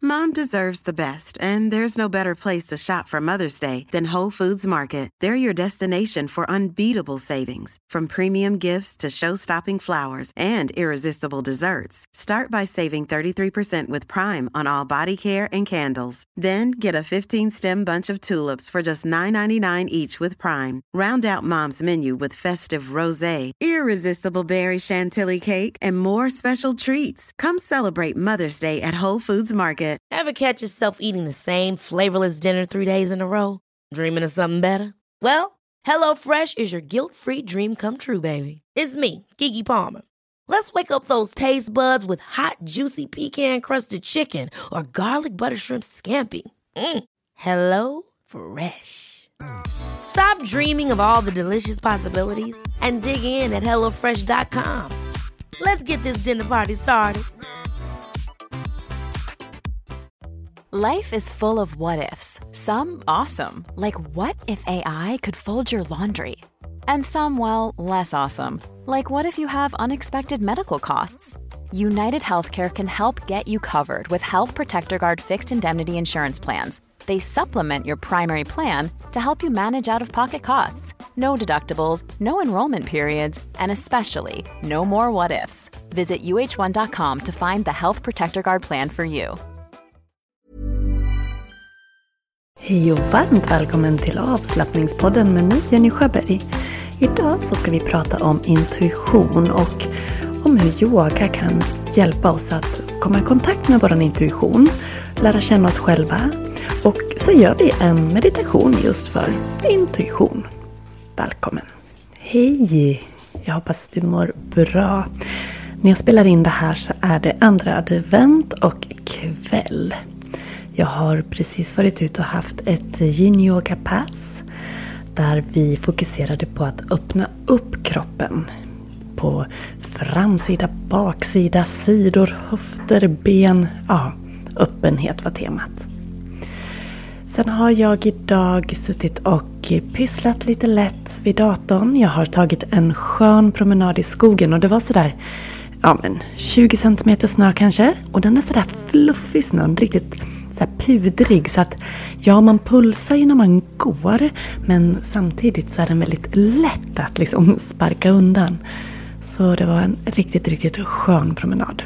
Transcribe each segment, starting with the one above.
Mom deserves the best, and there's no better place to shop for Mother's Day than Whole Foods Market. They're your destination for unbeatable savings, from premium gifts to show-stopping flowers and irresistible desserts. Start by saving 33% with Prime on all body care and candles. Then get a 15-stem bunch of tulips for just $9.99 each with Prime. Round out Mom's menu with festive rosé, irresistible berry chantilly cake, and more special treats. Come celebrate Mother's Day at Whole Foods Market. Ever catch yourself eating the same flavorless dinner 3 days in a row? Dreaming of something better? Well, HelloFresh is your guilt-free dream come true, baby. It's me, Keke Palmer. Let's wake up those taste buds with hot, juicy pecan-crusted chicken or garlic butter shrimp scampi. Hello Fresh. Stop dreaming of all the delicious possibilities and dig in at HelloFresh.com. Let's get this dinner party started. Life is full of what-ifs. Some awesome, like what if AI could fold your laundry? And some, well, less awesome, like what if you have unexpected medical costs? United Healthcare can help get you covered with Health Protector Guard fixed indemnity insurance plans. They supplement your primary plan to help you manage out-of-pocket costs. No deductibles, no enrollment periods, and especially no more what-ifs. Visit uh1.com to find the Health Protector Guard plan for you. Hej och varmt välkommen till avslappningspodden med mig, Jenny Sjöberg. Idag så ska vi prata om intuition och om hur yoga kan hjälpa oss att komma i kontakt med vår intuition, lära känna oss själva, och så gör vi en meditation just för intuition. Välkommen! Hej! Jag hoppas du mår bra. När jag spelar in det här så är det andra advent och kväll. Jag har precis varit ute och haft ett yin-yoga-pass där vi fokuserade på att öppna upp kroppen. På framsida, baksida, sidor, höfter, ben. Ja, öppenhet var temat. Sen har jag idag suttit och pysslat lite lätt vid datorn. Jag har tagit en skön promenad i skogen och det var sådär, 20 cm snö kanske. Och den är sådär fluffig snön, riktigt så pudrig, så att man pulsar ju när man går, men samtidigt så är den väldigt lätt att liksom sparka undan. Så det var en riktigt, riktigt skön promenad.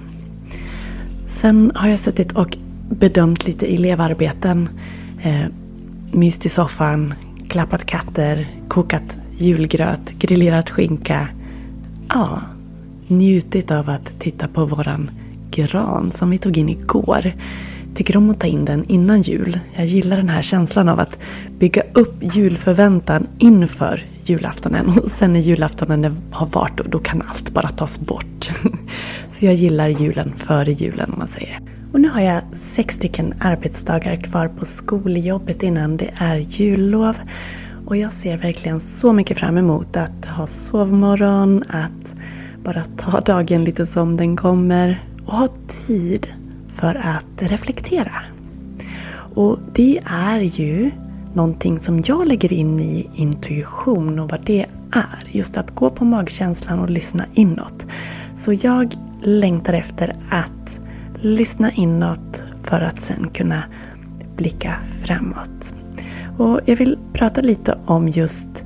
Sen har jag suttit och bedömt lite elevarbeten, myst i soffan, klappat katter, kokat julgröt, grillerat skinka. Ja, njutit av att titta på våran gran som vi tog in igår. Tycker om att ta in den innan jul. Jag gillar den här känslan av att bygga upp julförväntan inför julaftonen. Och sen när julaftonen har varit, då kan allt bara tas bort. Så jag gillar julen före julen, om man säger. Och nu har jag 6 stycken arbetsdagar kvar på skoljobbet innan det är jullov. Och jag ser verkligen så mycket fram emot att ha sovmorgon, att bara ta dagen lite som den kommer och ha tid för att reflektera. Och det är ju någonting som jag lägger in i intuition och vad det är. Just att gå på magkänslan och lyssna inåt. Så jag längtar efter att lyssna inåt för att sen kunna blicka framåt. Och jag vill prata lite om just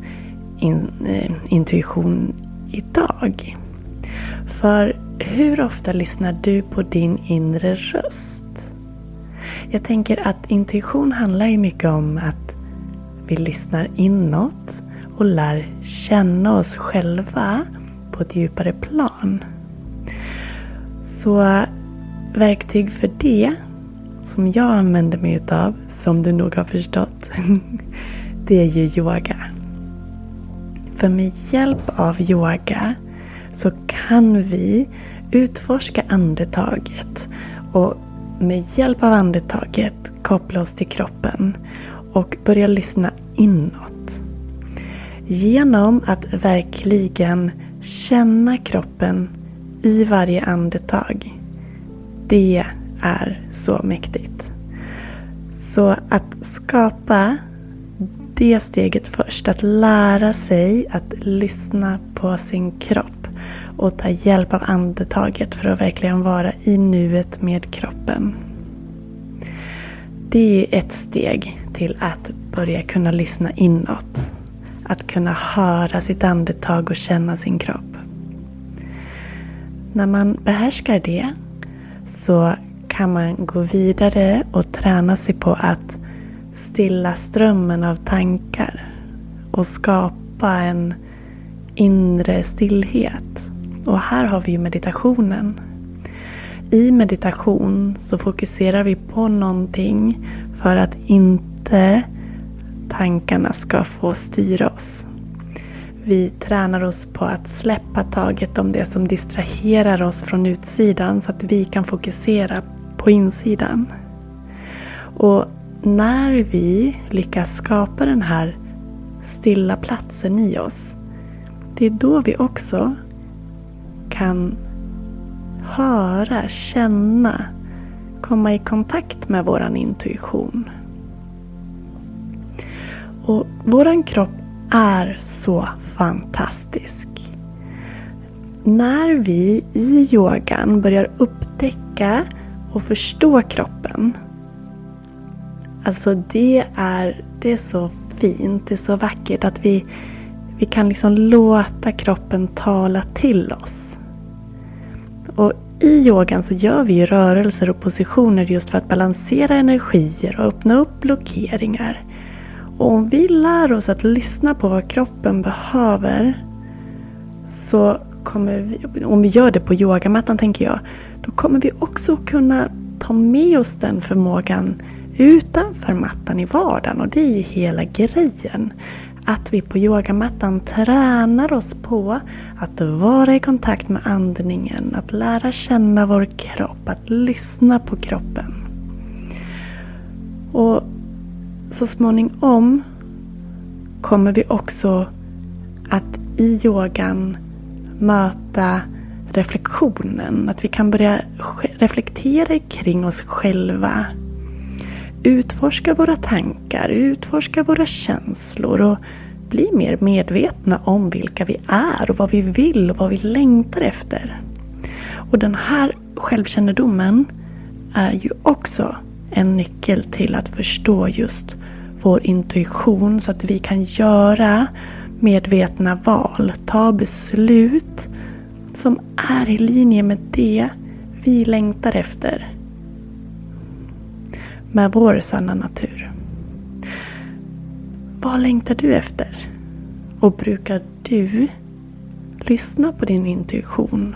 intuition idag. För hur ofta lyssnar du på din inre röst? Jag tänker att intuition handlar ju mycket om att vi lyssnar inåt och lär känna oss själva på ett djupare plan. Så verktyg för det som jag använder mig utav, som du nog har förstått, det är ju yoga. För med hjälp av yoga så kan vi utforska andetaget och med hjälp av andetaget koppla oss till kroppen och börja lyssna inåt. Genom att verkligen känna kroppen i varje andetag. Det är så mäktigt. Så att skapa det steget först, att lära sig att lyssna på sin kropp och ta hjälp av andetaget för att verkligen vara i nuet med kroppen. det är ett steg till att börja kunna lyssna inåt. Att kunna höra sitt andetag och känna sin kropp. När man behärskar det så kan man gå vidare och träna sig på att stilla strömmen av tankar och skapa en inre stillhet. Och här har vi meditationen. I meditation så fokuserar vi på någonting för att inte tankarna ska få styra oss. Vi tränar oss på att släppa taget om det som distraherar oss från utsidan så att vi kan fokusera på insidan. Och när vi lyckas skapa den här stilla platsen i oss, det är då vi också kan höra, känna, komma i kontakt med våran intuition. Och våran kropp är så fantastisk. När vi i yogan börjar upptäcka och förstå kroppen, alltså det är så fint, det är så vackert att vi kan liksom låta kroppen tala till oss. Och i yogan så gör vi rörelser och positioner just för att balansera energier och öppna upp blockeringar. Och om vi lär oss att lyssna på vad kroppen behöver, så kommer vi, om vi gör det på yogamattan tänker jag, då kommer vi också kunna ta med oss den förmågan utanför mattan i vardagen. Och det är ju hela grejen. Att vi på yogamattan tränar oss på att vara i kontakt med andningen, att lära känna vår kropp, att lyssna på kroppen. Och så småningom kommer vi också att i yogan möta reflektionen. Att vi kan börja reflektera kring oss själva. Utforska våra tankar, utforska våra känslor och bli mer medvetna om vilka vi är och vad vi vill och vad vi längtar efter. Och den här självkännedomen är ju också en nyckel till att förstå just vår intuition så att vi kan göra medvetna val, ta beslut som är i linje med det vi längtar efter. Med vår sanna natur. Vad längtar du efter? Och brukar du lyssna på din intuition?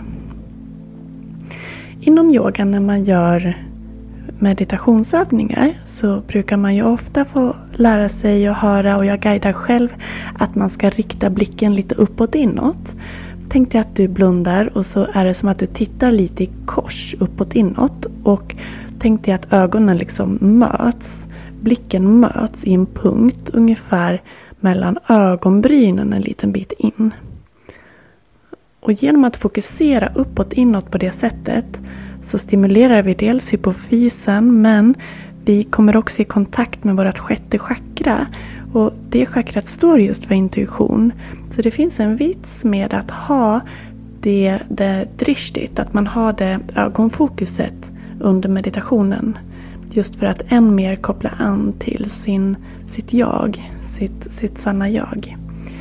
Inom yogan när man gör meditationsövningar så brukar man ju ofta få lära sig och höra, och jag guidar själv, att man ska rikta blicken lite uppåt inåt. Tänk dig att du blundar och så är det som att du tittar lite i kors uppåt inåt, och tänk dig att ögonen liksom möts, blicken möts i en punkt ungefär mellan ögonbrynen en liten bit in. Och genom att fokusera uppåt inåt på det sättet så stimulerar vi dels hypofysen, men vi kommer också i kontakt med vårt sjätte chakra. Och det chakrat står just för intuition. Så det finns en vits med att ha det drishtit, att man har det ögonfokuset under meditationen. Just för att än mer koppla an till sitt jag, sitt sanna jag.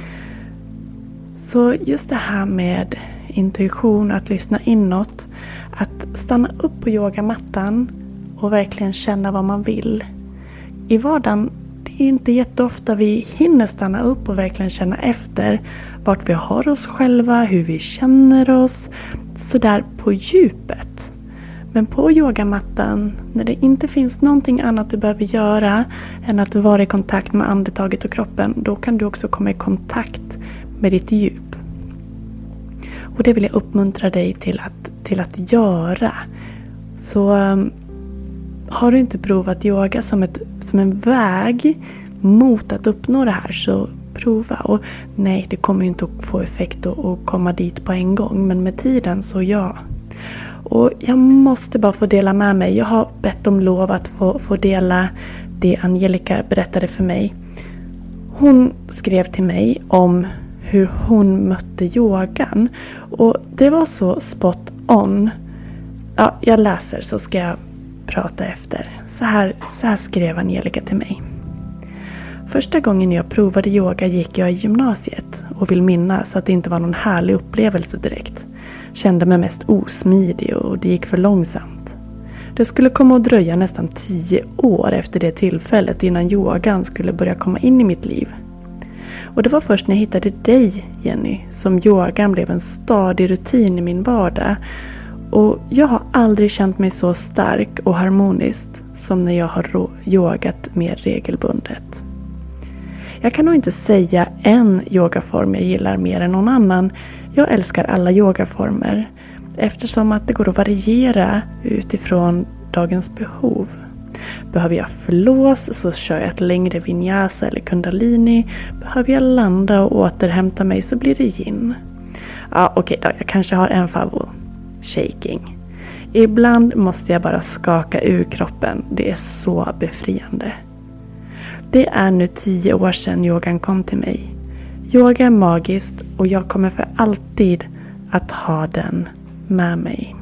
Så just det här med intuition, att lyssna inåt, att stanna upp på yogamattan och verkligen känna vad man vill. I vardagen, det är inte jätteofta vi hinner stanna upp och verkligen känna efter vart vi har oss själva, hur vi känner oss, sådär på djupet. Men på yogamattan, när det inte finns någonting annat du behöver göra än att vara i kontakt med andetaget och kroppen, då kan du också komma i kontakt med ditt djup. Och det vill jag uppmuntra dig till att göra. Så har du inte provat yoga som en väg mot att uppnå det här, så prova. Och nej, det kommer ju inte att få effekt att komma dit på en gång, men med tiden så ja. Och jag måste bara få dela med mig. Jag har bett om lov att få dela det Angelica berättade för mig. Hon skrev till mig om hur hon mötte yogan. Och det var så spot on. Ja, jag läser så ska jag prata efter Så här skrev Angelica till mig. Första gången jag provade yoga gick jag i gymnasiet och vill minnas att det inte var någon härlig upplevelse direkt. Kände mig mest osmidig och det gick för långsamt. Det skulle komma att dröja nästan 10 år efter det tillfället innan yogan skulle börja komma in i mitt liv. Och det var först när jag hittade dig, Jenny, som yogan blev en stadig rutin i min vardag. Och jag har aldrig känt mig så stark och harmoniskt som när jag har yogat mer regelbundet. Jag kan nog inte säga en yogaform jag gillar mer än någon annan. Jag älskar alla yogaformer eftersom att det går att variera utifrån dagens behov. Behöver jag flås så kör jag ett längre vinyasa eller kundalini. Behöver jag landa och återhämta mig så blir det yin. Ja, okej då, jag kanske har en favorit. Shaking. Ibland måste jag bara skaka ur kroppen. Det är så befriande. Det är nu 10 år sedan yogan kom till mig. Yoga är magiskt och jag kommer för alltid att ha den med mig.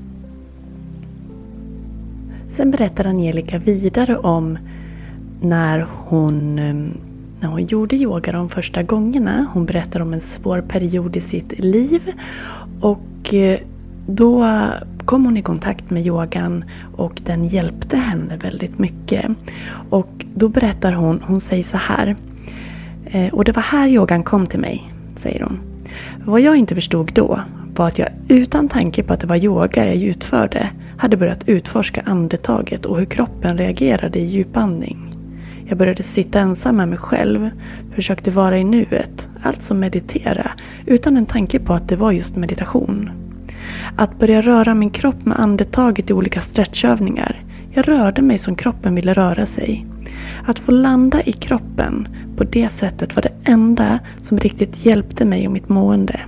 Sen berättar Angelica vidare om när hon gjorde yoga de första gångerna. Hon berättar om en svår period i sitt liv och då kom hon i kontakt med yogan och den hjälpte henne väldigt mycket. Och då berättar hon säger så här. Och det var här yogan kom till mig, säger hon. Vad jag inte förstod då var att jag utan tanke på att det var yoga jag utförde hade börjat utforska andetaget och hur kroppen reagerade i djupandning. Jag började sitta ensam med mig själv, försökte vara i nuet, alltså meditera, utan en tanke på att det var just meditation. Att börja röra min kropp med andetaget i olika stretchövningar. Jag rörde mig som kroppen ville röra sig. Att få landa i kroppen på det sättet var det enda som riktigt hjälpte mig och mitt mående.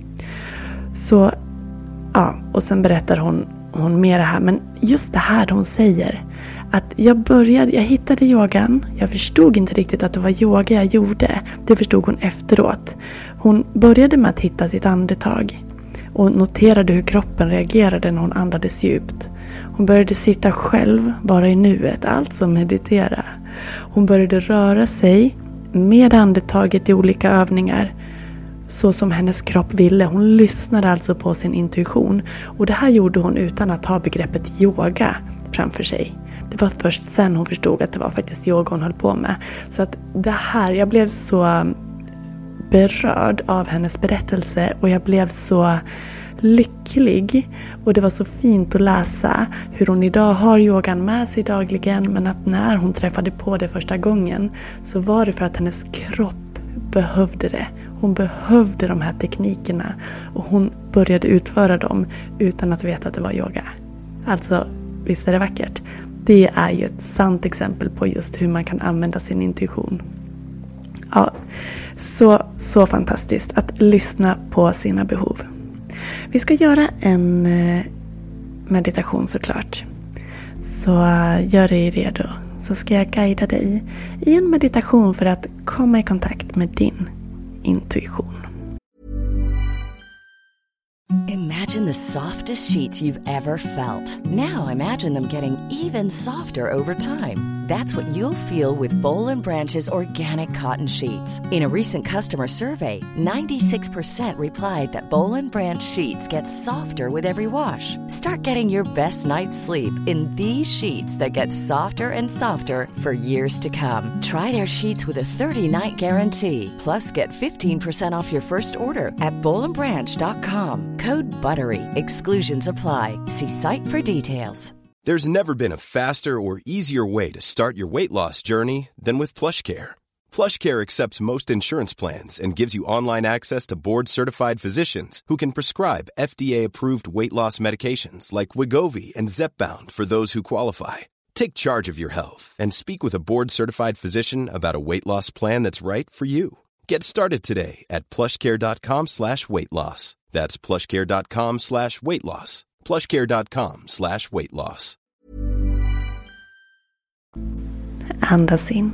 Så, ja, och sen berättar hon mer här. Men just det här hon säger. Att jag hittade yogan. Jag förstod inte riktigt att det var yoga jag gjorde. Det förstod hon efteråt. Hon började med att hitta sitt andetag. Och noterade hur kroppen reagerade när hon andades djupt. Hon började sitta själv, vara i nuet, alltså meditera. Hon började röra sig med andetaget i olika övningar. Så som hennes kropp ville. Hon lyssnade alltså på sin intuition. Och det här gjorde hon utan att ha begreppet yoga framför sig. Det var först sen hon förstod att det var faktiskt yoga hon höll på med. Så att det här, jag blev så berörd av hennes berättelse. Och jag blev så lycklig. Och det var så fint att läsa hur hon idag har yogan med sig dagligen. Men att när hon träffade på det första gången så var det för att hennes kropp behövde det. Hon behövde de här teknikerna och hon började utföra dem utan att veta att det var yoga. Alltså, visst är det vackert? Det är ju ett sant exempel på just hur man kan använda sin intuition. Ja, så fantastiskt att lyssna på sina behov. Vi ska göra en meditation såklart. Så gör dig redo. Så ska jag guida dig i en meditation för att komma i kontakt med din intuition. Imagine the softest sheets you've ever felt. Now imagine them getting even softer over time. That's what you'll feel with Boll & Branch's organic cotton sheets. In a recent customer survey, 96% replied that Boll & Branch sheets get softer with every wash. Start getting your best night's sleep in these sheets that get softer and softer for years to come. Try their sheets with a 30-night guarantee. Plus, get 15% off your first order at BollandBranch.com. Code BUTTERY. Exclusions apply. See site for details. There's never been a faster or easier way to start your weight loss journey than with PlushCare. PlushCare accepts most insurance plans and gives you online access to board-certified physicians who can prescribe FDA-approved weight loss medications like Wegovy and Zepbound for those who qualify. Take charge of your health and speak with a board-certified physician about a weight loss plan that's right for you. Get started today at plushcare.com/weightloss. That's plushcare.com/weightloss. plushcare.com/weightloss. Andas in.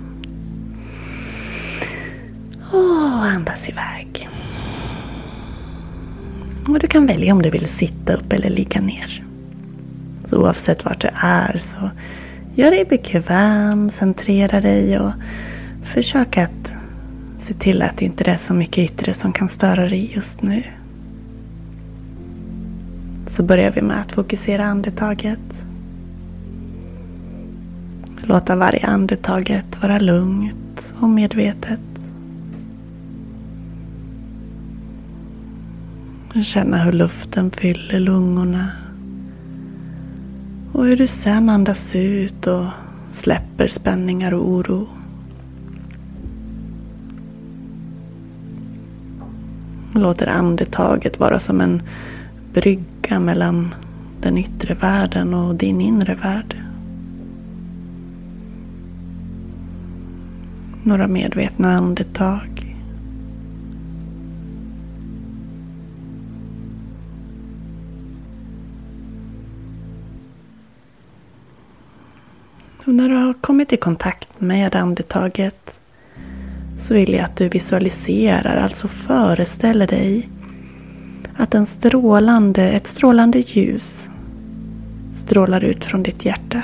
Och andas iväg. Och du kan välja om du vill sitta upp eller ligga ner. Så oavsett vart du är så Gör dig bekväm, centrera dig och försök att se till att det inte är så mycket yttre som kan störa dig just nu. Så börjar vi med att fokusera andetaget. Låta varje andetaget vara lugnt och medvetet. Känna hur luften fyller lungorna. Och hur du sen andas ut och släpper spänningar och oro. Låter andetaget vara som en brygga mellan den yttre världen och din inre värld. Några medvetna andetag. Och när du har kommit i kontakt med andetaget så vill jag att du visualiserar, alltså föreställer dig att ett strålande ljus strålar ut från ditt hjärta.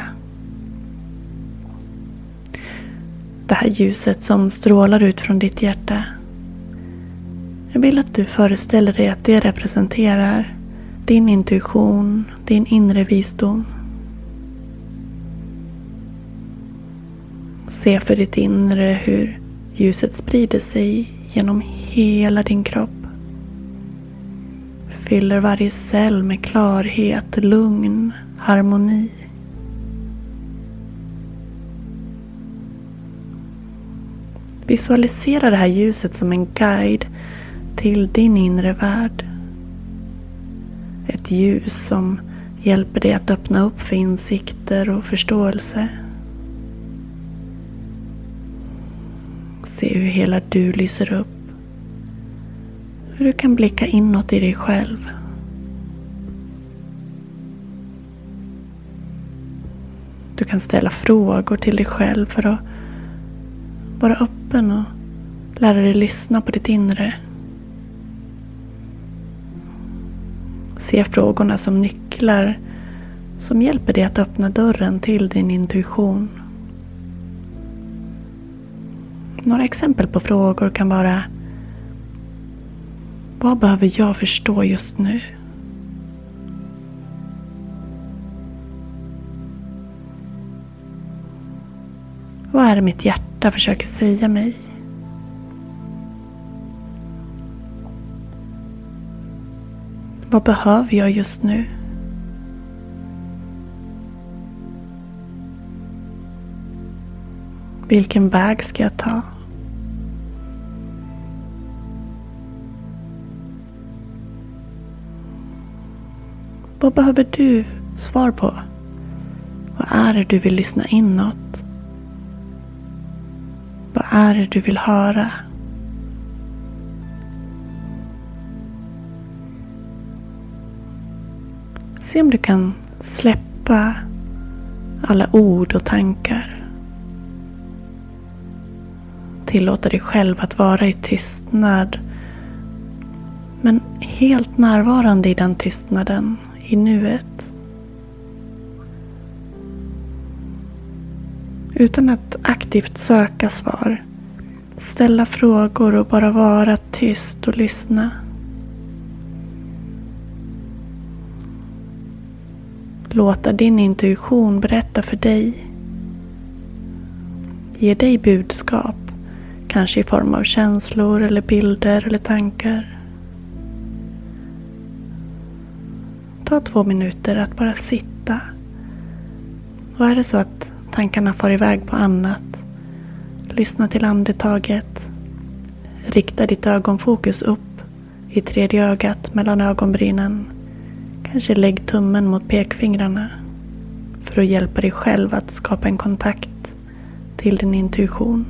Det här ljuset som strålar ut från ditt hjärta, jag vill att du föreställer dig att det representerar din intuition, din inre visdom. Se för ditt inre hur ljuset sprider sig genom hela din kropp. Fyller varje cell med klarhet, lugn, harmoni. Visualisera det här ljuset som en guide till din inre värld. Ett ljus som hjälper dig att öppna upp för insikter och förståelse. Se hur hela du lyser upp. Hur du kan blicka inåt i dig själv. Du kan ställa frågor till dig själv för att vara öppen och lära dig lyssna på ditt inre. Se frågorna som nycklar som hjälper dig att öppna dörren till din intuition. Några exempel på frågor kan vara: vad behöver jag förstå just nu? Vad är det mitt hjärta försöker säga mig? Vad behöver jag just nu? Vilken väg ska jag ta? Vad behöver du svar på? Vad är det du vill lyssna inåt? Vad är det du vill höra? Se om du kan släppa alla ord och tankar. Tillåta dig själv att vara i tystnad, men helt närvarande i den tystnaden, i nuet. Utan att aktivt söka svar. Ställa frågor och bara vara tyst och lyssna. Låta din intuition berätta för dig. Ge dig budskap. Kanske i form av känslor eller bilder eller tankar. Ta 2 minuter att bara sitta. Och är det så att tankarna far iväg på annat, lyssna till andetaget. Rikta ditt ögonfokus upp i tredje ögat mellan ögonbrynen. Kanske lägg tummen mot pekfingrarna för att hjälpa dig själv att skapa en kontakt till din intuition.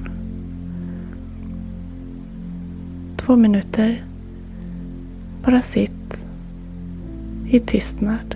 2 minuter. Bara sitt i tystnad.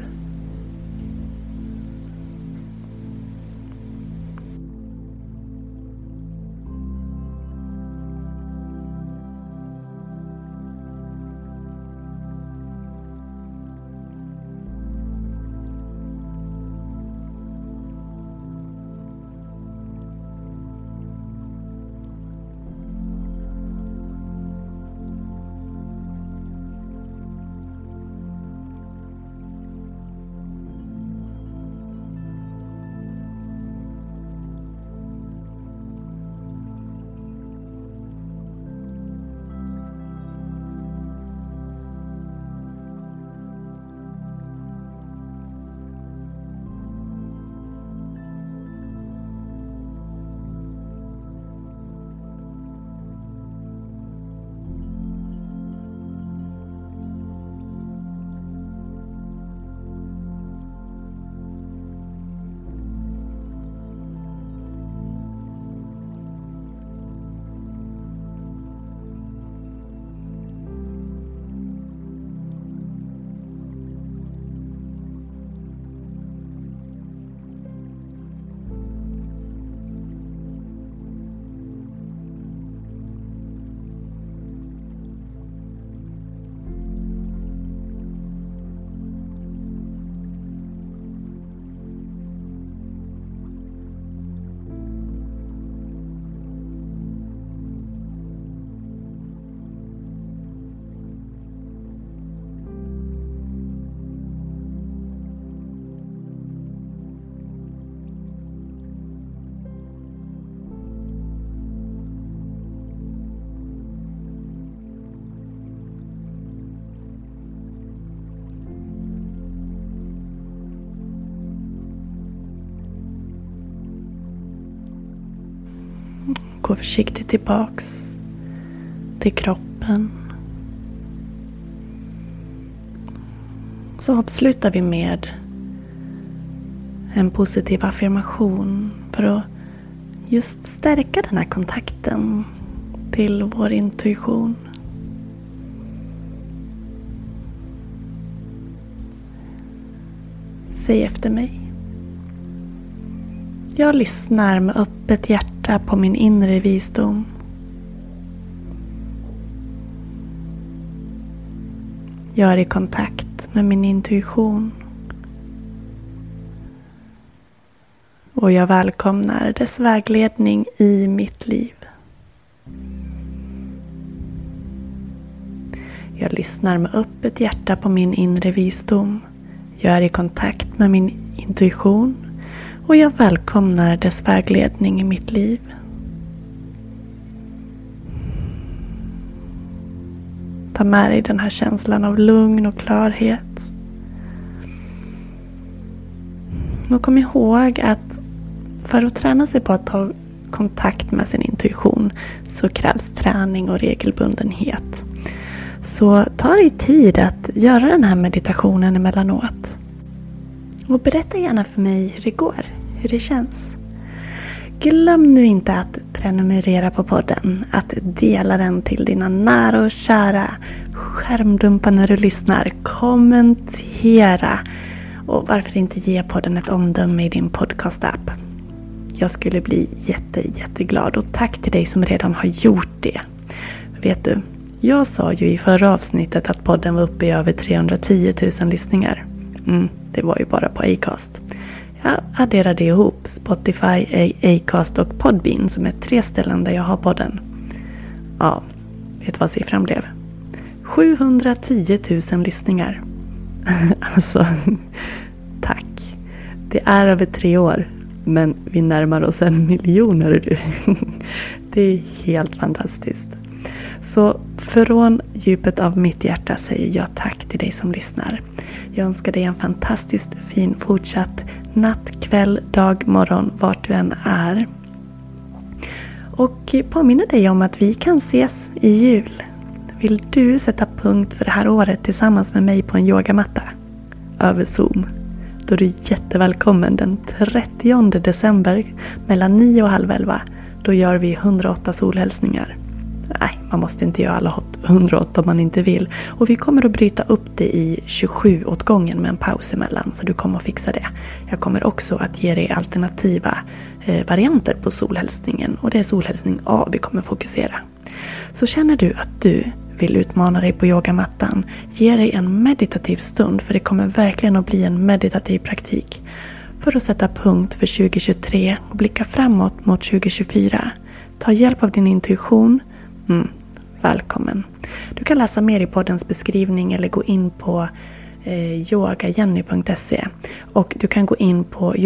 Gå försiktigt tillbaks till kroppen. Så avslutar vi med en positiv affirmation för att just stärka den här kontakten till vår intuition. Säg efter mig. Jag lyssnar med öppet hjärta på min inre visdom. Jag är i kontakt med min intuition. Och jag välkomnar dess vägledning i mitt liv. Jag lyssnar med öppet hjärta på min inre visdom. Jag är i kontakt med min intuition. Och jag välkomnar dess vägledning i mitt liv. Ta med dig den här känslan av lugn och klarhet. Och kom ihåg att för att träna sig på att ta kontakt med sin intuition så krävs träning och regelbundenhet. Så ta dig tid att göra den här meditationen emellanåt. Och berätta gärna för mig hur det går, hur det känns. Glöm nu inte att prenumerera på podden, att dela den till dina nära och kära, skärmdumpa när du lyssnar, kommentera och varför inte ge podden ett omdöme i din podcast-app. Jag skulle bli jätteglad och tack till dig som redan har gjort det. Vet du, jag sa ju i förra avsnittet att podden var uppe i över 310 000 lyssningar. Det var ju bara på Acast. Jag adderade ihop Spotify, Acast och Podbean som är 3 ställen där jag har podden. Ja, vet du vad siffran blev? 710 000 lyssningar. Alltså, tack. Det är över 3 år, men vi närmar oss 1 miljon, är du. Det är helt fantastiskt. Så från djupet av mitt hjärta säger jag tack till dig som lyssnar. Jag önskar dig en fantastiskt fin fortsatt natt, kväll, dag, morgon, vart du än är. Och påminner dig om att vi kan ses i jul. Vill du sätta punkt för det här året tillsammans med mig på en yogamatta över Zoom? Då är du jättevälkommen den 30 december mellan 9 och halv 11. Då gör vi 108 solhälsningar. Nej, man måste inte göra alla 108 om man inte vill. Och vi kommer att bryta upp det i 27 åt gången med en paus emellan. Så du kommer att fixa det. Jag kommer också att ge dig alternativa varianter på solhälsningen. Och det är solhälsning A vi kommer fokusera. Så känner du att du vill utmana dig på yogamattan, ge dig en meditativ stund. För det kommer verkligen att bli en meditativ praktik. För att sätta punkt för 2023 och blicka framåt mot 2024. Ta hjälp av din intuition. Välkommen. Du kan läsa mer i poddens beskrivning eller gå in på yogajenny.se och du kan gå in på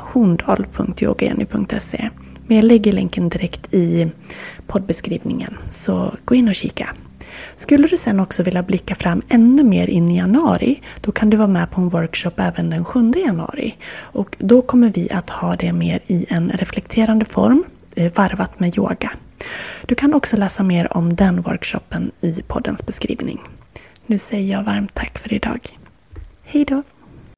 yogahondal.yogajenny.se. Men jag lägger länken direkt i poddbeskrivningen, så gå in och kika. Skulle du sen också vilja blicka fram ännu mer in i januari, då kan du vara med på en workshop även den 7 januari. Och då kommer vi att ha det mer i en reflekterande form, varvat med yoga. Du kan också läsa mer om den workshopen i poddens beskrivning. Nu säger jag varmt tack för idag. Hej då!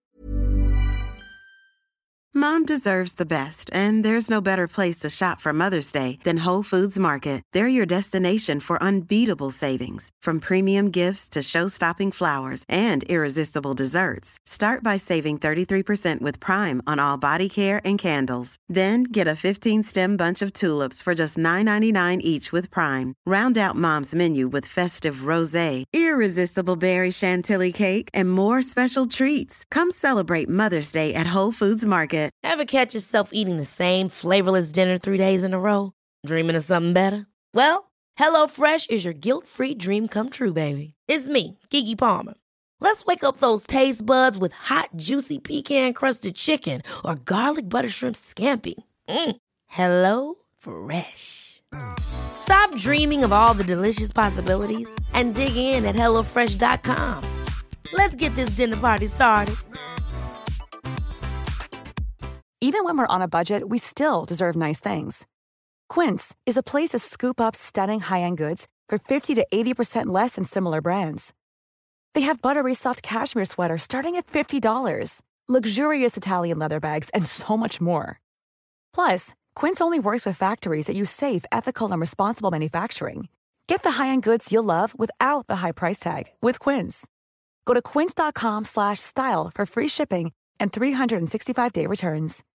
Mom deserves the best, and there's no better place to shop for Mother's Day than Whole Foods Market. They're your destination for unbeatable savings, from premium gifts to show-stopping flowers and irresistible desserts. Start by saving 33% with Prime on all body care and candles. Then get a 15-stem bunch of tulips for just $9.99 each with Prime. Round out Mom's menu with festive rosé, irresistible berry chantilly cake, and more special treats. Come celebrate Mother's Day at Whole Foods Market. Ever catch yourself eating the same flavorless dinner 3 days in a row? Dreaming of something better? Well, HelloFresh is your guilt-free dream come true, baby. It's me, Keke Palmer. Let's wake up those taste buds with hot, juicy pecan-crusted chicken or garlic butter shrimp scampi. Hello Fresh. Stop dreaming of all the delicious possibilities and dig in at HelloFresh.com. Let's get this dinner party started. Even when we're on a budget, we still deserve nice things. Quince is a place to scoop up stunning high-end goods for 50 to 80% less than similar brands. They have buttery soft cashmere sweaters starting at $50, luxurious Italian leather bags, and so much more. Plus, Quince only works with factories that use safe, ethical, and responsible manufacturing. Get the high-end goods you'll love without the high price tag with Quince. Go to quince.com/style for free shipping and 365-day returns.